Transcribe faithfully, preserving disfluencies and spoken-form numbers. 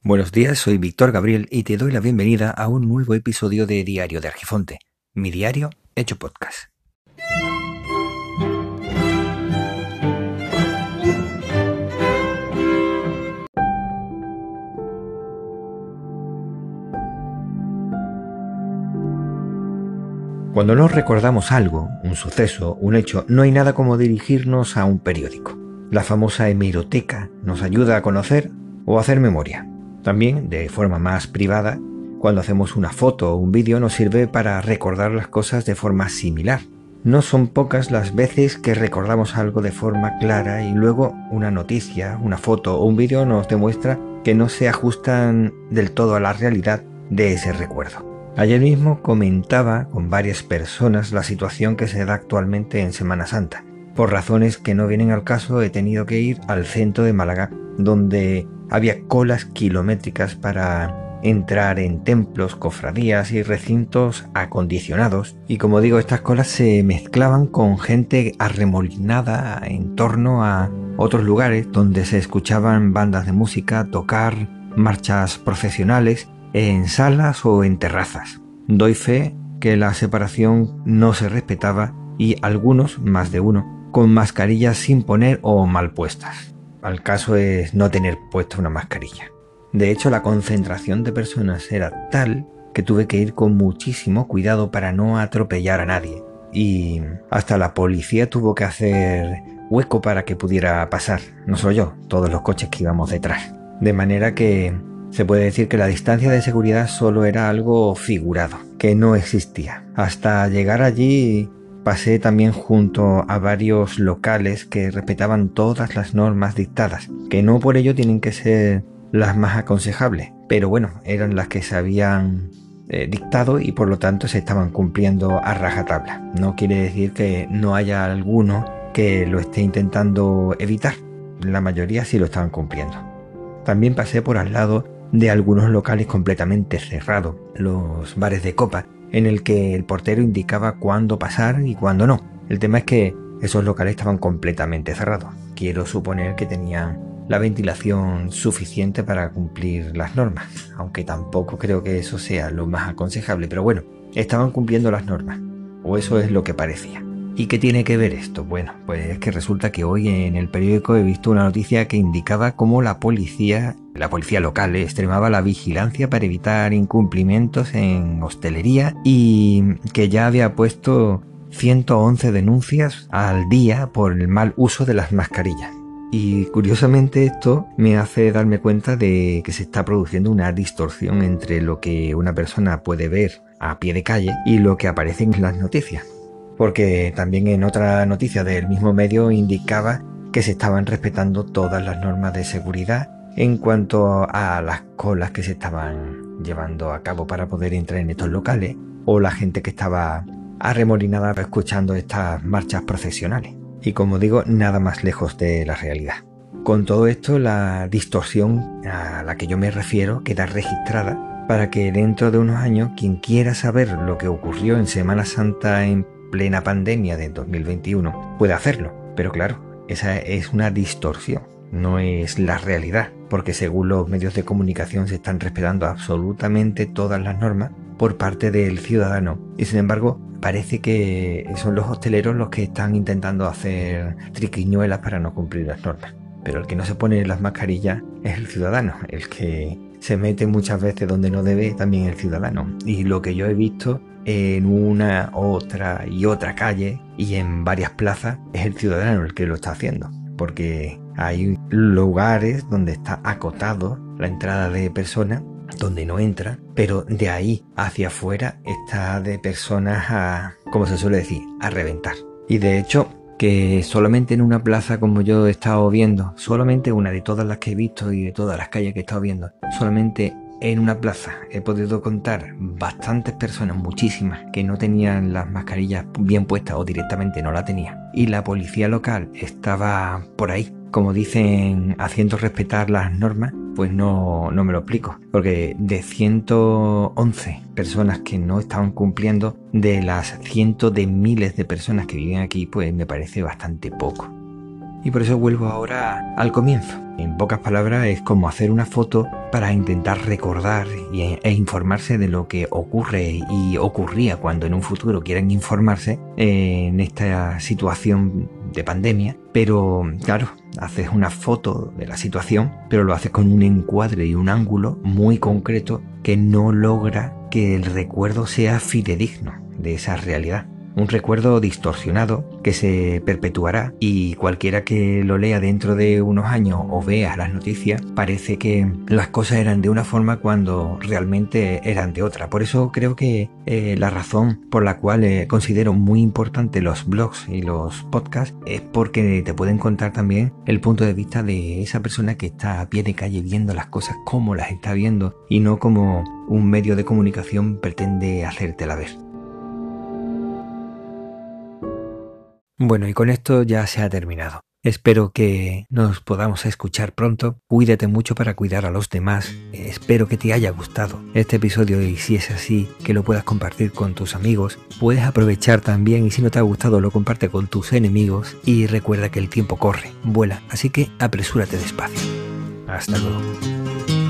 Buenos días, soy Víctor Gabriel y te doy la bienvenida a un nuevo episodio de Diario de Argifonte, mi diario hecho podcast. Cuando no recordamos algo, un suceso, un hecho, no hay nada como dirigirnos a un periódico. La famosa hemeroteca nos ayuda a conocer o hacer memoria. También, de forma más privada, cuando hacemos una foto o un vídeo nos sirve para recordar las cosas de forma similar. No son pocas las veces que recordamos algo de forma clara y luego una noticia, una foto o un vídeo nos demuestra que no se ajustan del todo a la realidad de ese recuerdo. Ayer mismo comentaba con varias personas la situación que se da actualmente en Semana Santa. Por razones que no vienen al caso he tenido que ir al centro de Málaga, donde había colas kilométricas para entrar en templos, cofradías y recintos acondicionados. Y como digo, estas colas se mezclaban con gente arremolinada en torno a otros lugares donde se escuchaban bandas de música tocar marchas procesionales en salas o en terrazas. Doy fe que la separación no se respetaba y algunos, más de uno, con mascarillas sin poner o mal puestas. El caso es no tener puesta una mascarilla. De hecho, la concentración de personas era tal que tuve que ir con muchísimo cuidado para no atropellar a nadie. Y hasta la policía tuvo que hacer hueco para que pudiera pasar. No solo yo, todos los coches que íbamos detrás. De manera que se puede decir que la distancia de seguridad solo era algo figurado, que no existía. Hasta llegar allí pasé también junto a varios locales que respetaban todas las normas dictadas, que no por ello tienen que ser las más aconsejables, pero bueno, eran las que se habían eh, dictado y por lo tanto se estaban cumpliendo a rajatabla. No quiere decir que no haya alguno que lo esté intentando evitar, la mayoría sí lo estaban cumpliendo. También pasé por al lado de algunos locales completamente cerrados, los bares de copa, en el que el portero indicaba cuándo pasar y cuándo no. El tema es que esos locales estaban completamente cerrados. Quiero suponer que tenían la ventilación suficiente para cumplir las normas, aunque tampoco creo que eso sea lo más aconsejable, pero bueno, estaban cumpliendo las normas, o eso es lo que parecía. ¿Y qué tiene que ver esto? Bueno, pues es que resulta que hoy en el periódico he visto una noticia que indicaba cómo la policía, la policía local, extremaba la vigilancia para evitar incumplimientos en hostelería y que ya había puesto ciento once denuncias al día por el mal uso de las mascarillas. Y curiosamente esto me hace darme cuenta de que se está produciendo una distorsión entre lo que una persona puede ver a pie de calle y lo que aparece en las noticias. Porque también en otra noticia del mismo medio indicaba que se estaban respetando todas las normas de seguridad en cuanto a las colas que se estaban llevando a cabo para poder entrar en estos locales o la gente que estaba arremolinada escuchando estas marchas procesionales. Y como digo, nada más lejos de la realidad. Con todo esto, la distorsión a la que yo me refiero queda registrada para que dentro de unos años quien quiera saber lo que ocurrió en Semana Santa en plena pandemia de dos mil veintiuno puede hacerlo, pero claro, esa es una distorsión, no es la realidad, porque según los medios de comunicación se están respetando absolutamente todas las normas por parte del ciudadano y sin embargo parece que son los hosteleros los que están intentando hacer triquiñuelas para no cumplir las normas, pero el que no se pone las mascarillas es el ciudadano, el que se mete muchas veces donde no debe también el ciudadano. Y lo que yo he visto en una, otra y otra calle y en varias plazas es el ciudadano el que lo está haciendo, porque hay lugares donde está acotado la entrada de personas, donde no entra, pero de ahí hacia afuera está de personas a, como se suele decir, a reventar. Y de hecho que solamente en una plaza como yo he estado viendo, solamente una de todas las que he visto y de todas las calles que he estado viendo, solamente en una plaza he podido contar bastantes personas, muchísimas, que no tenían las mascarillas bien puestas o directamente no la tenían. Y la policía local estaba por ahí, como dicen, haciendo respetar las normas, pues no, no me lo explico. Porque de ciento once personas que no estaban cumpliendo, de las cientos de miles de personas que viven aquí, pues me parece bastante poco. Y por eso vuelvo ahora al comienzo. En pocas palabras, es como hacer una foto para intentar recordar y, e informarse de lo que ocurre y ocurría cuando en un futuro quieran informarse eh, en esta situación de pandemia. Pero claro, haces una foto de la situación, pero lo haces con un encuadre y un ángulo muy concreto que no logra que el recuerdo sea fidedigno de esa realidad. Un recuerdo distorsionado que se perpetuará, y cualquiera que lo lea dentro de unos años o vea las noticias, parece que las cosas eran de una forma cuando realmente eran de otra. Por eso creo que eh, la razón por la cual eh, considero muy importante los blogs y los podcasts es porque te pueden contar también el punto de vista de esa persona que está a pie de calle viendo las cosas como las está viendo, y no como un medio de comunicación pretende hacértela ver. Bueno, y con esto ya se ha terminado. Espero que nos podamos escuchar pronto. Cuídate mucho para cuidar a los demás. Espero que te haya gustado este episodio, y si es así, que lo puedas compartir con tus amigos. Puedes aprovechar también, y si no te ha gustado, lo comparte con tus enemigos. Y recuerda que el tiempo corre, vuela, así que apresúrate despacio. Hasta luego.